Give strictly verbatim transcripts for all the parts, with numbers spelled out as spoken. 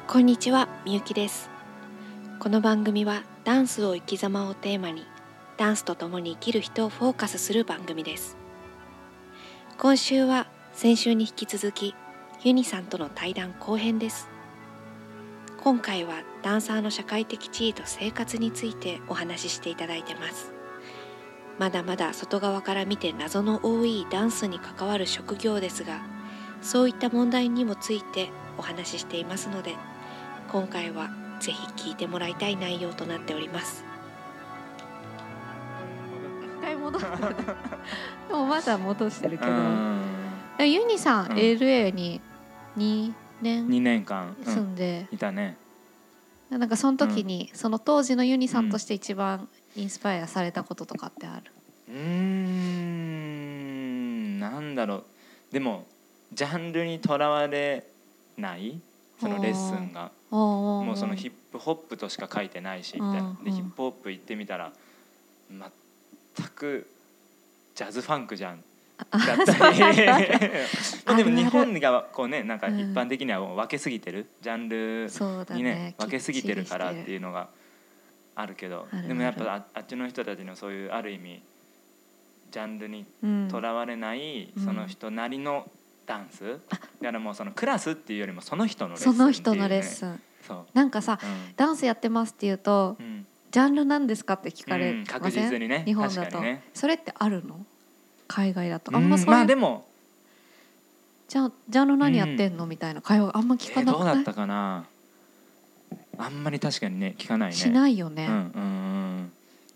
こんにちは、みゆきです。この番組はダンスを生き様をテーマに、ダンスと共に生きる人をフォーカスする番組です。今週は先週に引き続きユニさんとの対談後編です。今回はダンサーの社会的地位と生活についてお話ししていただいてます。まだまだ外側から見て謎の多いダンスに関わる職業ですが、そういった問題にもついてお話ししていますので、今回はぜひ聞いてもらいたい内容となっております。一回戻ってるでもまだ戻してるけど、ユニさん、うん、エルエー ににねんにねんかん住んで、 うん、いたね。 なんかその時に、うん、その当時のユニさんとして一番インスパイアされたこととかってある？ うーん、なんだろう。でもジャンルにとらわれないそのレッスンがもうそのヒップホップとしか書いてないしみたいなで、ヒップホップ行ってみたら全くジャズファンクじゃんだったりでも日本がこうね、なんか一般的には分けすぎてる、ジャンルにね分けすぎてるからっていうのがあるけど、でもやっぱあっちの人たちのそういうある意味ジャンルにとらわれないその人なりのダンス、うん、だからもうそのクラスっていうよりもその人のレッスンっていう、ね、 その人のレッスン。 そうなんかさ、うん、ダンスやってますって言うと、うん、ジャンルなんですかって聞かれません、うん、 確実にね、 日本だと、ね、それってあるの？海外だとあんまそういう、まあでもじゃジャンル何やってんの、うん、みたいな会話あんま聞かなくない？ えー、どうだったかな。あんまり確かにね聞かないね。 しないよね、 うんうんうん、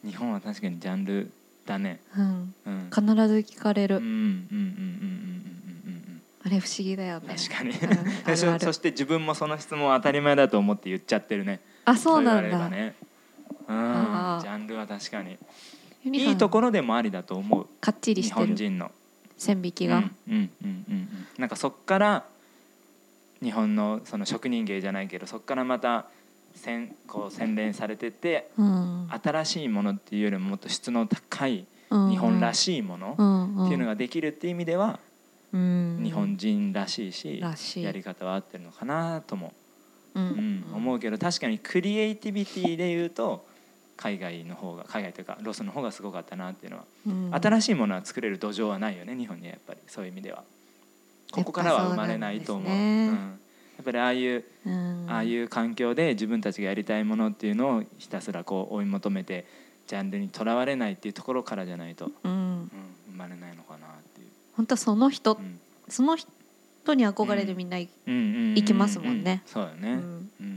日本は確かにジャンルだね、 うんうん、必ず聞かれる、うんうんうんうんうんあれ不思議だよね。 確かにあるあるそして自分もその質問は当たり前だと思って言っちゃってるね。 あ、そうなんだ。 そう言われればね、うん、ジャンルは確かにいいところでもありだと思う。 かっちりしてる日本人の線引きが、 うんうんうんうん、なんかそっから日本のその職人芸じゃないけどそっからまた洗こう洗練されてて、うん、新しいものっていうよりももっと質の高い日本らしいものっていうのができるっていう意味では、うんうん、日本人らしいしらしいやり方は合ってるのかなとも、うんうんうん、思うけど、確かにクリエイティビティでいうと海外の方が海外というかロスの方がすごかったなっていうのは、うん、新しいものは作れる土壌はないよね日本には。やっぱりそういう意味ではここからは生まれないと思う。 う、ね、うん、やっぱりああいう、うん、ああいう環境で自分たちがやりたいものっていうのをひたすらこう追い求めてジャンルにとらわれないっていうところからじゃないと、うんうん、生まれないのかなっていう。 本当その人、うん、その人に憧れてみんな行きますもんね。 そうだね、うんうん、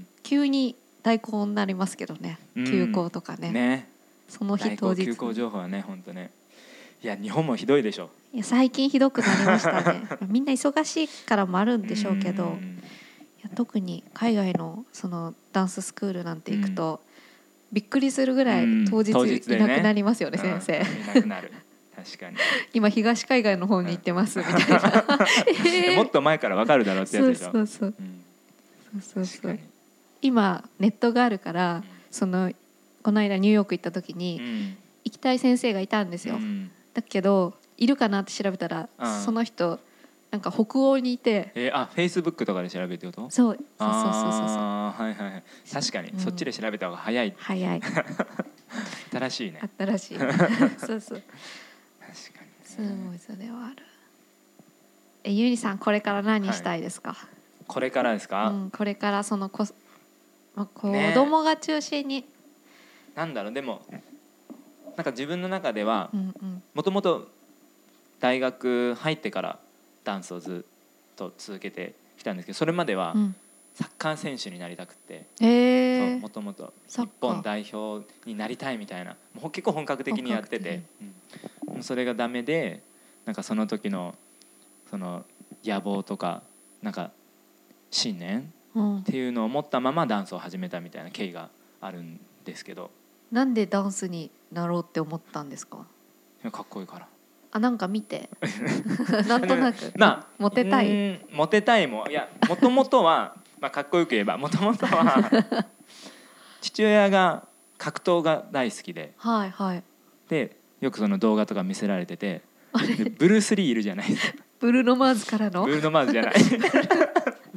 急に代行になりますけどね、うん、休校とか ね, ねその日当日休校情報はね本当ね。いや日本もひどいでしょ。 いや最近ひどくなりましたねみんな忙しいからもあるんでしょうけど、うん、いや特に海外のそのダンススクールなんて行くと、うん、びっくりするぐらい当日いなくなりますよね、うん、先生、うん、いなくなる確かに今東海岸の方に行ってますみたいな、えー、もっと前から分かるだろうってやつでしょ。 そうそうそう、うん、そうそうそう今ネットがあるから、うん、そのこの間ニューヨーク行った時に、うん、行きたい先生がいたんですよ、うん、だけどいるかなって調べたら、うん、その人なんか北欧にいて、 えー、あ、Facebook とかで調べるってこと？ そうそうそうそうそう、 あ、はいはいはい、確かに、うん、そっちで調べた方が早い早い新しいね新しいそうそう確かに、ね、すごいそれはある。え、ゆりさんこれから何したいですか？はい、 これからですか？うん、 これからそのこ、まあ、子供が中心に、ね、 なんだろう、でもなんか自分の中ではもともと大学入ってからダンスをずっと続けてきたんですけど、それまではサッカー選手になりたくて、もともと日本代表になりたいみたいな、もう結構本格的にやってて、うん、それがダメで、なんかその時のその野望とかなんか信念っていうのを持ったままダンスを始めたみたいな経緯があるんですけど。 なんでダンスになろうって思ったんですか？ いやかっこいいから。 あ、なんか見てなんとなく、まあ、モテたいモテたいも、いやもともとはまあかっこよく言えばもともとは父親が格闘が大好きで、 はいはい、 でよくその動画とか見せられてて、ブルース・リーいるじゃないですか。 ブルーノ・マーズからのブルーノ・マーズじゃないブ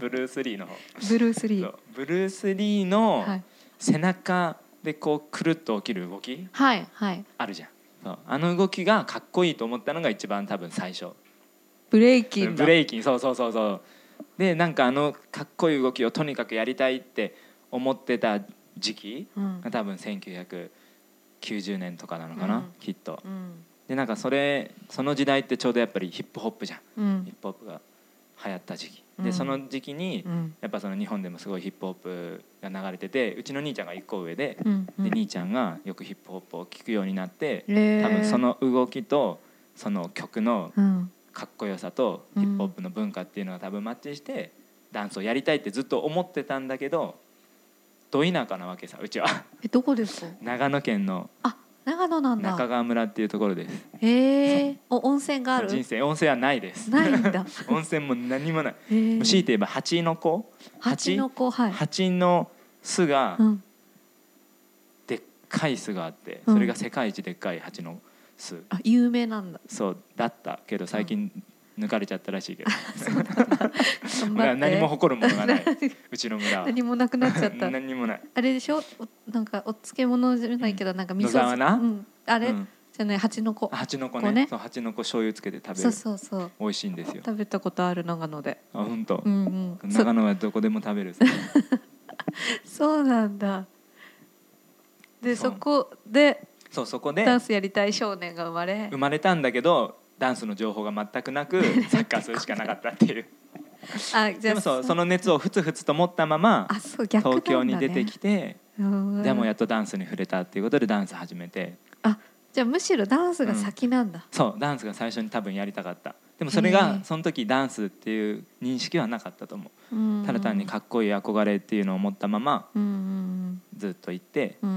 ブルース・リーの方ブルース・リー。 そうブルース・リーの背中でこうくるっと起きる動き、 はいはい、 あるじゃん。そうあの動きがかっこいいと思ったのが一番多分最初。 ブレイキンだ。 ブレイキン、そうそうそうそう。でなんかあのかっこいい動きをとにかくやりたいって思ってた時期が多分せんきゅうひゃくきゅうじゅうねんとかなのかな、うん、きっと、うん、でなんかそれその時代ってちょうどやっぱりヒップホップじゃん、うん、ヒップホップが流行った時期で、うん、その時期にやっぱその日本でもすごいヒップホップが流れてて、うちの兄ちゃんがいっこ上で、うんうん、で兄ちゃんがよくヒップホップを聴くようになって、多分その動きとその曲のかっこよさとヒップホップの文化っていうのが多分マッチしてダンスをやりたいってずっと思ってたんだけど、ど田舎なわけさ、うちは。 え、どこですか？ 長野県のあ、長野なんだ。 中川村っていうところです。 へえ。お、温泉がある？ 人生温泉はないです。 ないんだ。 温泉も何もない。強いて言えば蜂の子、 蜂の子、はい、 蜂の巣が、うん、でっかい巣があって、それが世界一でっかい蜂の巣、うん、 あ、有名なんだ。 そうだったけど最近、うん抜かれちゃったらしいけどそうなんだ何も誇るものがないうちの村は何もなくなっちゃった何にもない。 あれでしょ、なんかお漬物じゃないけど、うん、なんか味噌、 野沢菜、 うん、あれ、うん、じゃない、蜂の子、 蜂の子 ね, ねそう蜂の子醤油つけて食べる。 そうそうそう、 美味しいんですよ。 食べたことある長野で。 あ、本当、 うんうん、 長野はどこでも食べるそうなんだ。で そ, そこでそうそこでダンスやりたい少年が生まれ生まれたんだけど、ダンスの情報が全くなくサッカーするしかなかったっていうあ、じゃあでもそう、その熱をふつふつと持ったまま、 あ、そう、逆なんだね、 東京に出てきて、でもやっとダンスに触れたっていうことでダンス始めて。 あ、じゃあむしろダンスが先なんだ、うん、 そう、ダンスが最初に多分やりたかった。でもそれがその時ダンスっていう認識はなかったと思う、うんうん、ただ単にかっこいい憧れっていうのを持ったままずっと行って、うんうん、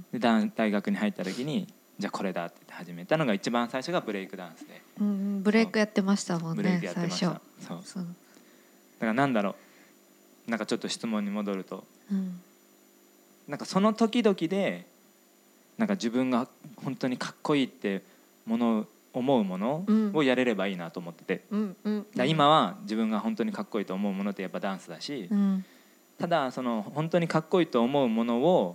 で大学に入った時にじゃあこれだって始めたのが一番最初がブレイクダンスで、 うん、ブレイクやってましたもんね。 ブレイクやってました。そうそう、だからなんだろう、なんかちょっと質問に戻ると、うん、なんかその時々でなんか自分が本当にかっこいいってもの思うものをやれればいいなと思ってて、うんうん、だ今は自分が本当にかっこいいと思うものってやっぱダンスだし、うん、ただその本当にかっこいいと思うものを、うん、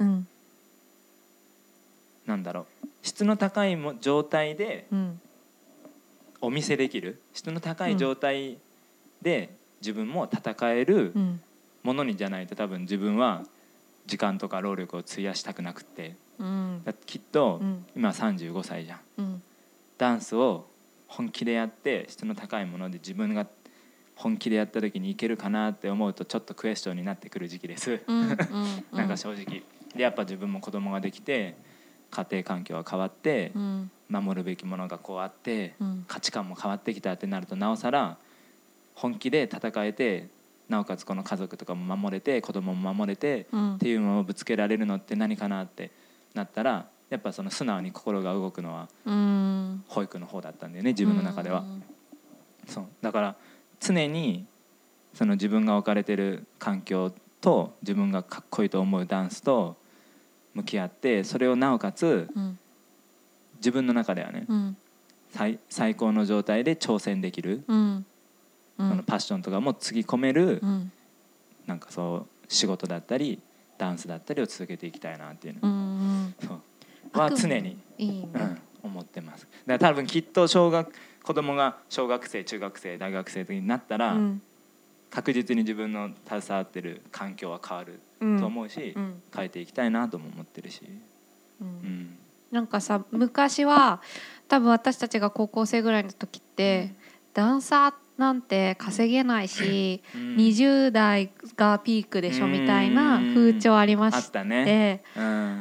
なんだろう、質の高い状態でお見せできる、質の高い状態で自分も戦えるものにじゃないと多分自分は時間とか労力を費やしたくなくて、うん、だきっと今さんじゅうごさいじゃん、うん、ダンスを本気でやって質の高いもので自分が本気でやった時にいけるかなって思うとちょっとクエスチョンになってくる時期です、うんうんうん、なんか正直でやっぱ自分も子供ができて家庭環境が変わって、うん、守るべきものがこうあって、うん、価値観も変わってきたってなるとなおさら本気で戦えて、なおかつこの家族とかも守れて子供も守れて、うん、っていうのをぶつけられるのって何かなってなったら、やっぱその素直に心が動くのは保育の方だったんだよね、自分の中では。そうだから常にその自分が置かれてる環境と自分がかっこいいと思うダンスと向き合って、それをなおかつ、うん、自分の中ではね、うん、最, 最高の状態で挑戦できる、うんうん、そのパッションとかもつぎ込める、うん、なんかそう仕事だったりダンスだったりを続けていきたいなっていうの、うんうん、そうは常にいい、ね、うん、思ってます。だから多分きっと小学子供が小学生中学生大学生になったら、うん、確実に自分の携わってる環境は変わると思うし、うん、変えていきたいなとも思ってるし、うんうん、 なんかさ、昔は多分私たちが高校生ぐらいの時って、うん、ダンサーなんて稼げないし、うん、にじゅう代がピークでしょみたいな風潮ありまして、あったね、うん、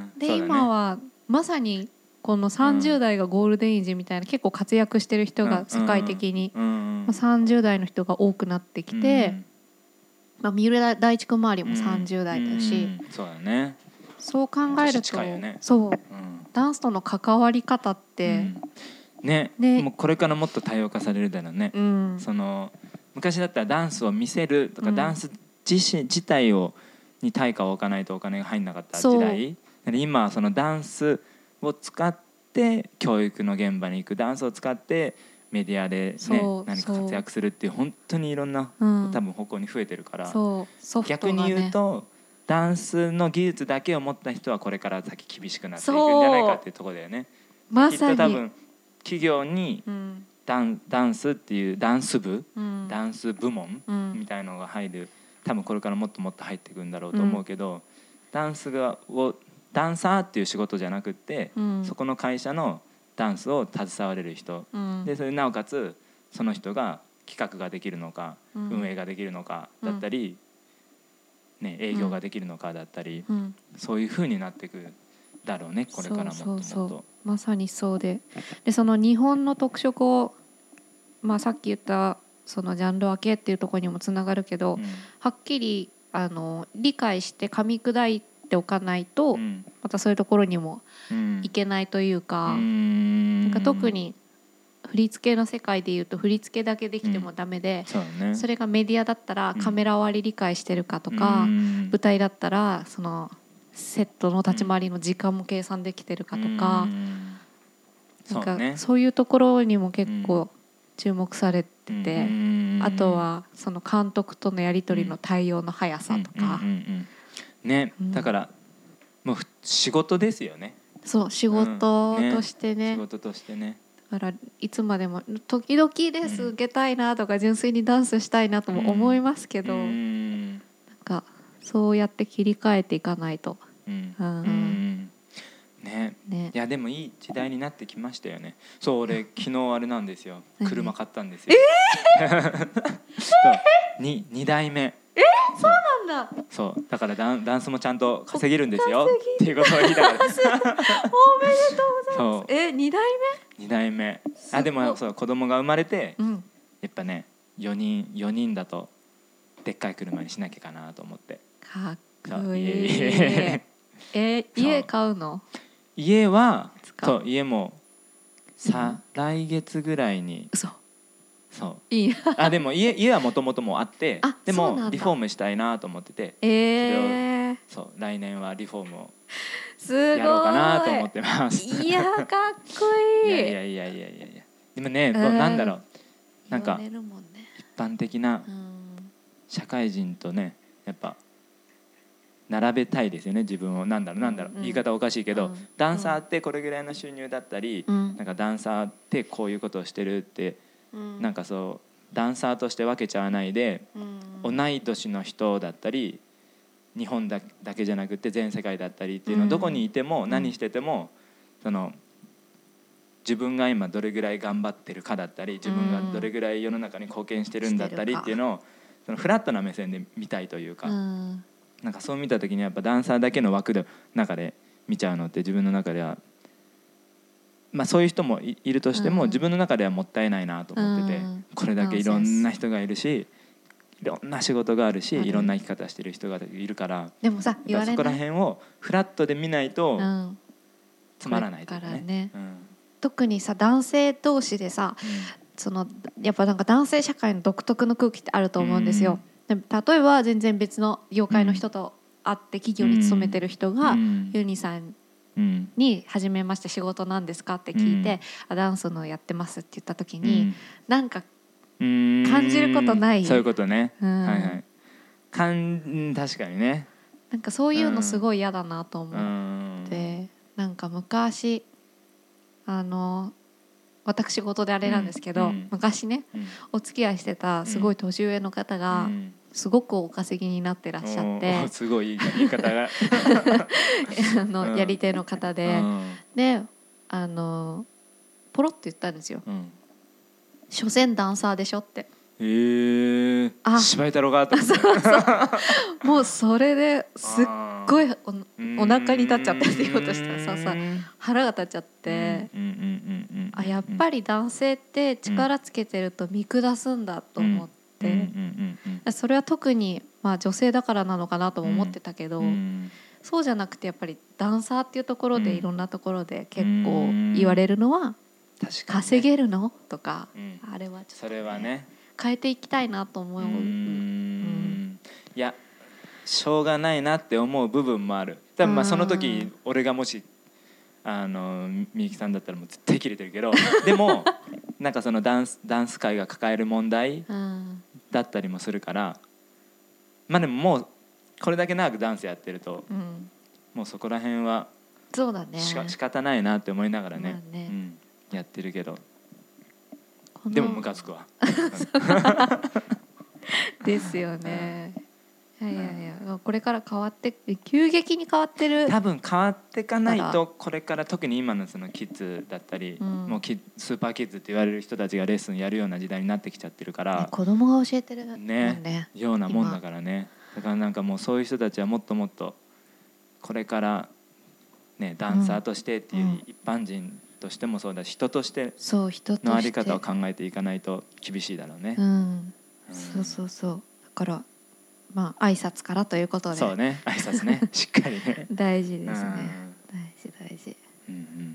で、ね、今はまさにこのさんじゅう代がゴールデンエイジみたいな、結構活躍してる人が世界的に、うんうんまあ、さんじゅう代の人が多くなってきて、うんまあ、三浦大知君周りもさんじゅう代だし、うんうん、 そうだね、 そう考えると、ね、そう、うん、ダンスとの関わり方って、うんねね、もうこれからもっと多様化されるだろうね、うん、その昔だったらダンスを見せるとか、うん、ダンス自身自体をに対価を置かないとお金が入んなかった時代、今はそのダンスを使って教育の現場に行く、ダンスを使ってメディアで、ね、何か活躍するっていう本当にいろんな、うん、多分方向に増えてるから、 そうソフトがね、 逆に言うとダンスの技術だけを持った人はこれから先厳しくなっていくんじゃないかっていうところだよね。 まさにきっと多分企業にダン、ダンスっていうダンス部、うん、ダンス部門、うん、みたいなのが入る、多分これからもっともっと入っていくんだろうと思うけど、うん、ダンスがをダンサーっていう仕事じゃなくって、うん、そこの会社のダンスを携われる人、うん、でそれなおかつその人が企画ができるのか、うん、運営ができるのかだったり、うんね、営業ができるのかだったり、うん、そういう風になっていくだろうね、これからもっともっと。 そうそうそう、まさにそうで、でその日本の特色を、まあ、さっき言ったそのジャンル分けっていうところにもつながるけど、うん、はっきりあの理解して噛み砕いておかないと、うん、またそういうところにもいけないというか、うん、なんか特に振り付けの世界でいうと振り付けだけできてもダメで、うん そ, ね、それがメディアだったらカメラ割り理解してるかとか、うん、舞台だったらそのセットの立ち回りの時間も計算できてるかとか、うん、なんか そうね、そういうところにも結構注目されてて、うん、あとはその監督とのやり取りの対応の速さとか、うんうんうんうん、ね、だからもう仕事ですよね。 そう仕事としてね、 うん、ね、仕事としてね、 だからいつまでも時々レッスン受けたいなとか、うん、純粋にダンスしたいなとも思いますけど、うん、なんかそうやって切り替えていかないと、うんうんうんねね、いやでもいい時代になってきましたよね。そう俺昨日あれなんですよ車買ったんですよ。えー、そうににだいめ。 えー、そうなんだ。 そうだからダン、ダンスもちゃんと稼げるんですよっていうことを言いたからおめでとうございます。えにだいめにだいめ。あでもそう子供が生まれて、うん、やっぱねよにんよにんだとでっかい車にしなきゃかなと思って。 かっこいい。え家買うの？ 家はそう家もさ、うん、来月ぐらいに。 嘘。 そういいあでも 家, 家はもともともあってでもリフォームしたいなと思ってて、 えー、 それをそう来年はリフォームをやろうかなと思ってます。 いやかっこいい。 いやいやいやいやいやいやでもね、えー、なんだろうなんか一般的な社会人とねやっぱ並べたいですよね自分を。なんだろうなんだろう、うん、言い方おかしいけど、うん、ダンサーってこれぐらいの収入だったり、うん、なんかダンサーってこういうことをしてるって、うん、なんかそうダンサーとして分けちゃわないで、うん、同い年の人だったり日本 だ, だけじゃなくて全世界だったりっていうのはどこにいても何してても、その自分が今どれぐらい頑張ってるかだったり自分がどれぐらい世の中に貢献してるんだったりっていうのをそのフラットな目線で見たいというか、うんなんかそう見た時にやっぱダンサーだけの枠の中で見ちゃうのって自分の中では、まあ、そういう人も い, いるとしても、うん、自分の中ではもったいないなと思ってて、うん、これだけいろんな人がいるしいろんな仕事があるしいろんな生き方してる人がいるからでもさ言われないそこら辺をフラットで見ないとつまらないというかね、ねうん、特にさ男性同士でさ、うん、そのやっぱなんか男性社会の独特の空気ってあると思うんですよ、うん例えば全然別の業界の人と会って企業に勤めてる人が、うん、ユニさんに初めまして仕事なんですかって聞いて、うん、ダンスのやってますって言った時に、うん、なんか感じることない？ そういうことね、うんはいはい、かん確かにねなんかそういうのすごい嫌だなと思って、うん、なんか昔あの私事であれなんですけど、うん、昔ね、うん、お付き合いしてたすごい年上の方がすごくお稼ぎになってらっしゃって、 うん、すごい言い方があのやり手の方で、うん、であのポロッと言ったんですよ、うん、所詮ダンサーでしょって。 へーあ芝居太郎がとそうそうもうそれですっごい お, お腹に立っちゃったっていうことしたらささ腹が立っちゃって、あやっぱり男性って力つけてると見下すんだと思って、それは特に、まあ、女性だからなのかなとも思ってたけど、そうじゃなくてやっぱりダンサーっていうところでいろんなところで結構言われるのは、稼げるのとか、あれはちょっと、ね、 それはね変えていきたいなと思う。うーん、うん、 いやしょうがないなって思う部分もある。多分まあその時俺がもしあのみゆきさんだったらもう絶対切れてるけどでもなんかそのダンス、ダンス界が抱える問題だったりもするから、まあでももうこれだけ長くダンスやってると、うん、もうそこら辺はそうだね、 しか仕方ないなって思いながら ね,、まあね、うん、やってるけど、でもムカつくわですよね、うん、いやいやいや、これから変わって急激に変わってる、 多分変わっていかないと、これから特に今のそのキッズだったり、うん、もうキスーパーキッズって言われる人たちがレッスンやるような時代になってきちゃってるから、ね、 子供が教えてるもんね、 ねようなもんだからね。だからなんかもうそういう人たちはもっともっとこれからね、ダンサーとしてっていう、うん、一般人としてもそうだし、人としてのあり方を考えていかないと厳しいだろうね、うんうん、そうそうそう。だからまあ挨拶からということで、 そうね、挨拶ねしっかりね大事ですね、大事大事、うんうんうんうん、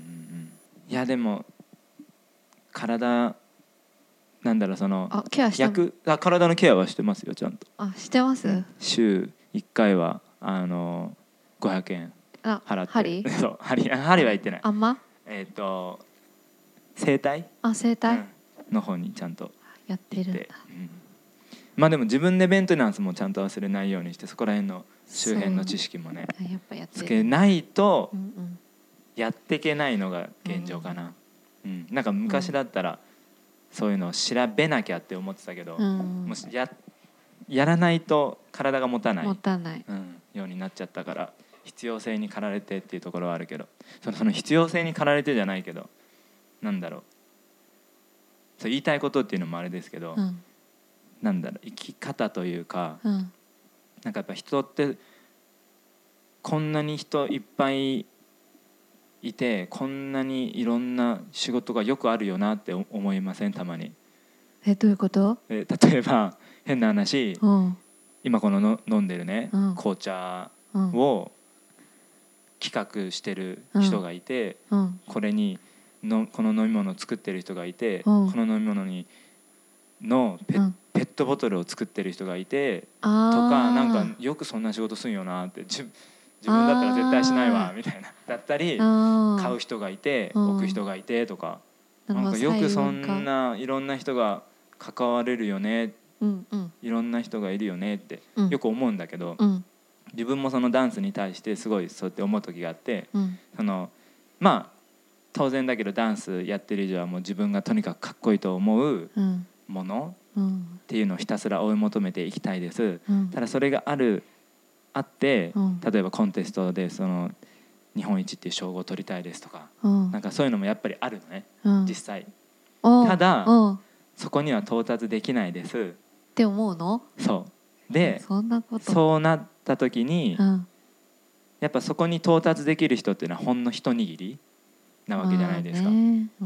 いやでも体なんだろう、そのあケアした役あ体のケアはしてますよ、ちゃんと。 あしてます、うん、 週いっかいはあのごひゃくえん払って、 針そう針針は行ってない、 あんまえっ、ー、と整体あ整体、うん、 の方にちゃんとやってるんだ、 うん、まあでも自分でメンテナンスもちゃんと忘れないようにして、そこら辺の周辺の知識もねやっぱやってつけないとやっていけないのが現状かな、うんうん、なんか昔だったらそういうのを調べなきゃって思ってたけど、うん、もし や, やらないと体が持たない、 持たない、 うん、ようになっちゃったから、必要性に駆られてっていうところはあるけど、その、その必要性に駆られてじゃないけど、なんだろう、そう言いたいことっていうのもあれですけど、うん、なんだろう、生き方というか、うん、なんかやっぱ人ってこんなに人いっぱいいて、こんなにいろんな仕事がよくあるよなって思いません？たまに。 えどういうこと？ え例えば変な話、うん、今このの飲んでるね、うん、紅茶を企画してる人がいて、うん、これにのこの飲み物を作ってる人がいて、うん、この飲み物にの ペ,、うん、ペットボトルを作ってる人がいてとか、なんかよくそんな仕事すんよなって、自分だったら絶対しないわみたいなだったり、買う人がいて置く人がいてとか、なんかよくそんないろんな人が関われるよね、うんうん、いろんな人がいるよねってよく思うんだけど、うん、自分もそのダンスに対してすごいそうやって思う時があって、うん、そのまあ当然だけどダンスやってる以上はもう自分がとにかくかっこいいと思うものっていうのをひたすら追い求めていきたいです、うん、ただそれがあるあって、うん、例えばコンテストでその日本一っていう称号を取りたいですとか、うん、なんかそういうのもやっぱりあるのね、うん、実際。ただそこには到達できないですって思うの？ そうで、 そんなこと、 そうなった時に、うん、やっぱそこに到達できる人っていうのはほんの一握りなわけじゃないですか、ね、うん、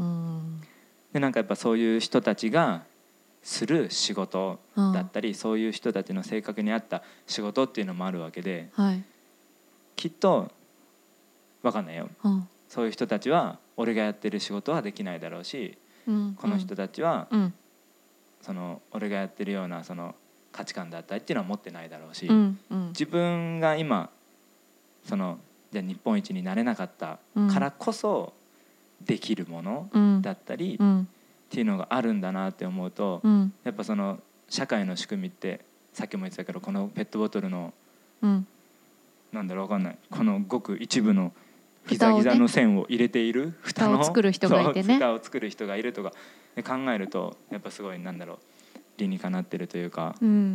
でなんかやっぱそういう人たちがする仕事だったり、うん、そういう人たちの性格に合った仕事っていうのもあるわけで、はい、きっと分かんないよ、うん、そういう人たちは俺がやってる仕事はできないだろうし、うん、この人たちは、うん、その俺がやってるようなその価値観だったりっていうのは持ってないだろうし、うんうん、自分が今そのじゃあ日本一になれなかったからこそできるものだったり、うんうん、っていうのがあるんだなって思うと、うん、やっぱその社会の仕組みってさっきも言ってたけど、このペットボトルの、うん、なんだろう分かんない、このごく一部のギザギザの線を入れている蓋を作る人がいてね、 蓋を作る人がいるとかで考えると、やっぱすごいなんだろう、理にかなってるというか、うんうんうん、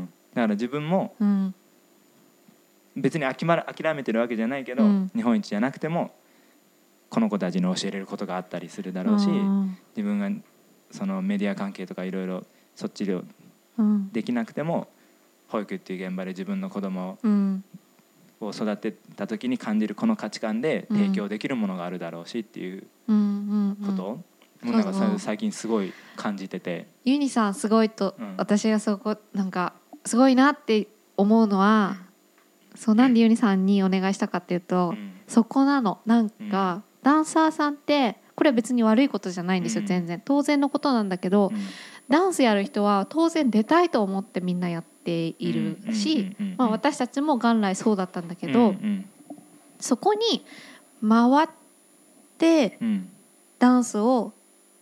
だから自分も別に諦めてるわけじゃないけど、うん、日本一じゃなくてもこの子たちに教えれることがあったりするだろうし、自分がそのメディア関係とかいろいろそっちでできなくても、保育っていう現場で自分の子供を育てた時に感じるこの価値観で提供できるものがあるだろうしっていうことを、もうなんか最近すごい感じてて、 ユニさんすごいと、うん、私がそこなんかすごいなって思うのは、うん、そうなんでユニさんにお願いしたかっていうと、うん、そこなの。なんか、うん、ダンサーさんってこれは別に悪いことじゃないんですよ、うん、全然当然のことなんだけど、うん、ダンスやる人は当然出たいと思ってみんなやっているし、まあ、私たちも元来そうだったんだけど、うんうん、そこに回ってダンスを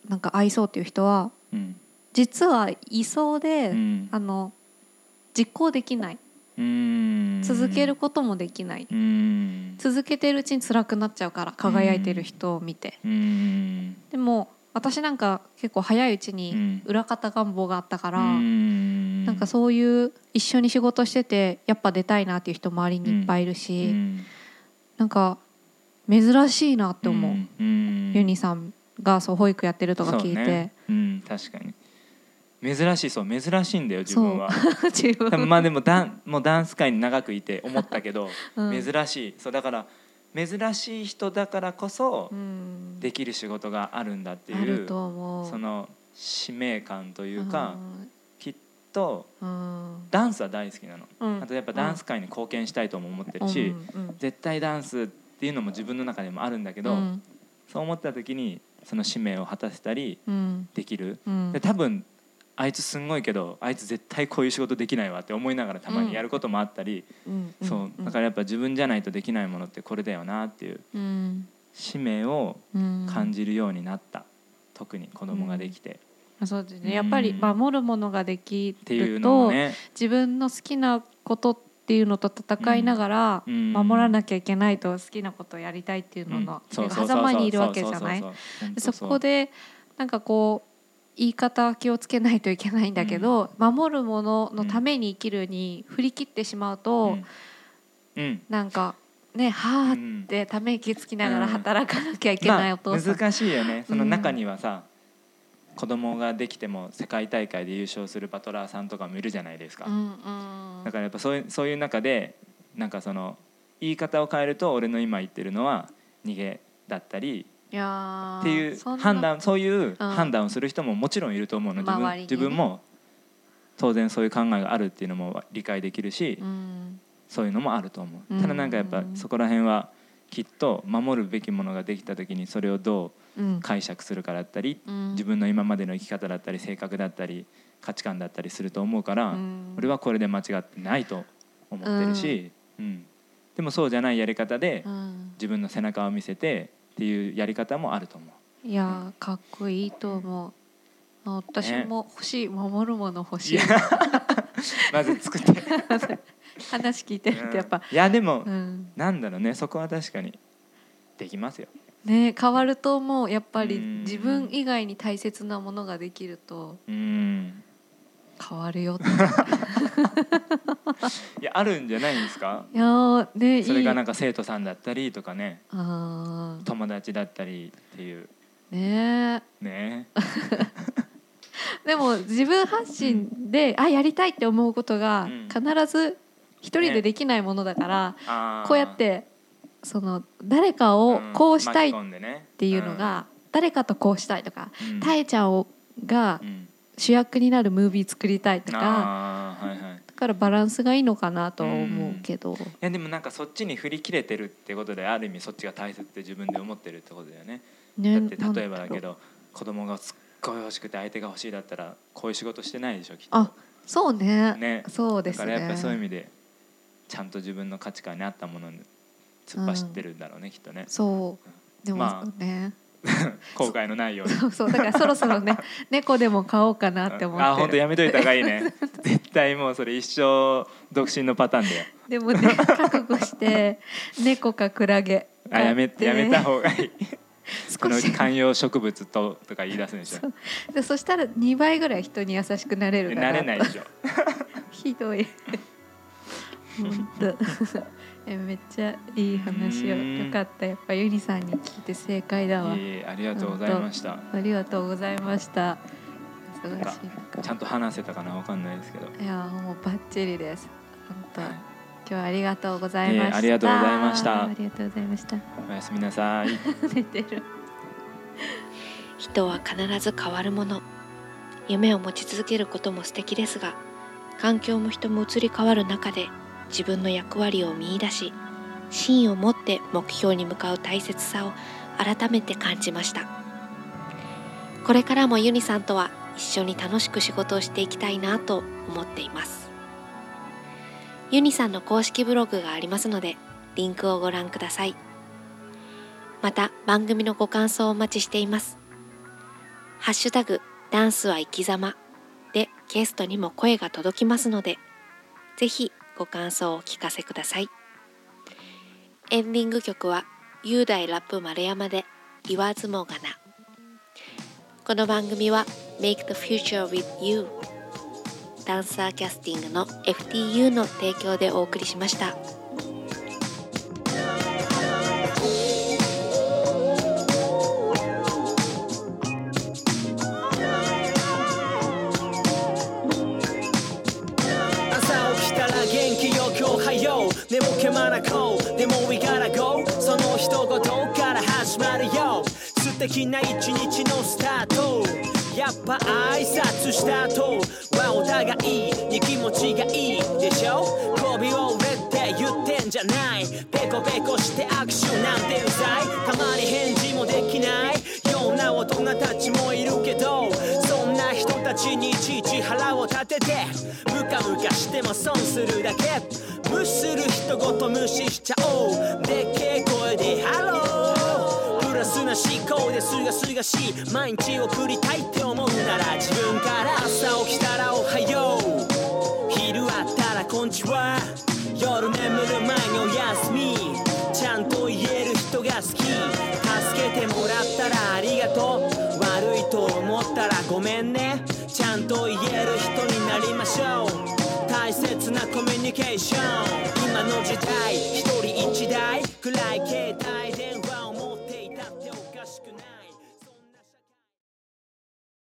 なんか合いそうっていう人は、うん、実はいそうで、うん、あの実行できない、うーん、続けることもできない、うーん、続けてるうちに辛くなっちゃうから輝いてる人を見て、うーん、でも私なんか結構早いうちに裏方願望があったから、うん、なんかそういう一緒に仕事しててやっぱ出たいなっていう人周りにいっぱいいるし、うん、なんか珍しいなって思う、うんうん、ユニさんがそう保育やってるとか聞いて、そうね、 うん、確かに珍しい、そう珍しいんだよ自分は自分まあでもダン、もうダンス界に長くいて思ったけど、うん、珍しい、そうだから珍しい人だからこそできる仕事があるんだっていう、うん、その使命感というか、うん、きっと、うん、ダンスは大好きなの、うん、あとやっぱダンス界に貢献したいとも思ってるし、うんうん、絶対ダンスっていうのも自分の中でもあるんだけど、うん、そう思った時にその使命を果たせたりできる、うん、で多分あいつすんごいけどあいつ絶対こういう仕事できないわって思いながらたまにやることもあったり、うん、そうだからやっぱ自分じゃないとできないものってこれだよなっていう、うん、使命を感じるようになった、特に子供ができて、 うん、そうですね、やっぱり守るものができると、ね、自分の好きなことっていうのと戦いながら守らなきゃいけないと好きなことをやりたいっていうのの狭間にいるわけじゃない。そこでなんかこう言い方は気をつけないといけないんだけど、うん、守るもののために生きるに振り切ってしまうと、うん、なんかねはーってため息つきながら働かなきゃいけないお父さん、 まあ、難しいよね。その中にはさ、うん、子供ができても世界大会で優勝するバトラーさんとかもいるじゃないですか、うんうん、だからやっぱそういう、そういう中でなんかその言い方を変えると俺の今言ってるのは逃げだったりいやっていう判断、そういう判断をする人ももちろんいると思うの、自分、ね、自分も当然そういう考えがあるっていうのも理解できるし、うん、そういうのもあると思う。ただなんかやっぱそこら辺はきっと守るべきものができた時にそれをどう解釈するかだったり、うん、自分の今までの生き方だったり性格だったり価値観だったりすると思うから、うん、俺はこれで間違ってないと思ってるし、うんうん、でもそうじゃないやり方で自分の背中を見せてっていうやり方もあると思う。 いやかっこいいと思う。私も欲しい、ね、守るもの欲しい。いまず作って話聞いてるとやっぱ、 うん、いやでも、うん、なんだろうね、そこは確かにできますよね。変わると思う。やっぱり自分以外に大切なものができるとうん変わるよっていやあるんじゃないんですか。 いや、ね、 それがなんか生徒さんだったりとかね、あ友達だったりっていうねねでも自分発信で、うん、あやりたいって思うことが必ず一人でできないものだから、ね、こうやってその誰かをこうしたいっていうのが、うん、誰かとこうしたいとか、うん、たえちゃんをが主役になるムービー作りたいとか、はいはい、だからバランスがいいのかなとは思うけど、うん、いやでもなんかそっちに振り切れてるってことである意味そっちが大切って自分で思ってるってことだよね。ね、だって例えばだけど子供がすっごい欲しくて相手が欲しいだったらこういう仕事してないでしょきっと。 あ、そうね。ね、そうですね。 だからやっぱりそういう意味でちゃんと自分の価値観に合ったものに突っ走ってるんだろうね、うん、きっとね。 そう。でも、まあ、ね。 後悔のないように。 そうそう、だからそろそろね猫でも買おうかなって思ってる。 あ、本当やめといた方がいいね。絶対もうそれ一生独身のパターンだよ。 でもね覚悟して猫かクラゲ。 あ、やめやめた方がいい。少し観葉植物ととか言い出すんでしょ。 そ, でそしたらにばいぐらい人に優しくなれるかな。 なれないでしょ。 ひどい。本当。えめっちゃいい話を。よかった。やっぱユニさんに聞いて正解だわ。 いえいえ、ありがとうございました。 ありがとうございました。 忙しい中ちゃんと話せたかな、わかんないですけど。 いやもうバッチリです。本当。はい、今日はありがとうございました。 ありがとうございました。 ありがとうございました。 おやすみなさい。 寝てる。 人は必ず変わるもの。夢を持ち続けることも素敵ですが、環境も人も移り変わる中で自分の役割を見出し、芯を持って目標に向かう大切さを改めて感じました。これからもユニさんとは一緒に楽しく仕事をしていきたいなと思っています。ユニさんの公式ブログがありますので、リンクをご覧ください。また番組のご感想をお待ちしています。 ハッシュタグダンスは生き様でゲストにも声が届きますので、ぜひご感想をお聞かせください。エンディング曲は雄大ラップ丸山で言わずもがな。この番組は Make the Future with You ダンサーキャスティングの エフティーユー の提供でお送りしました。 寝ぼけまなこうでも We gotta go その一言から始まるよ素敵な一日のスタートやっぱ挨拶した後はお互いに気持ちがいいでしょ媚びを売れって言ってんじゃないペコペコして握手なんてうざいたまに返事もできないような大人たちもいるけどそんな人たちにいちいち腹を立ててムカムカしても損するだけ無視する人ごと無視しちゃおうでっけえ声でハロープラスな思考ですがすがしい毎日送りたいって思うなら自分から朝起きたらおはよう昼あったらこんちは夜眠る前におやすみちゃんと言える人が好き助けてもらったらありがとう悪いと思ったらごめんねちゃんと言える人になりましょう大切なコミュニケーション今の時代一人一台暗い携帯で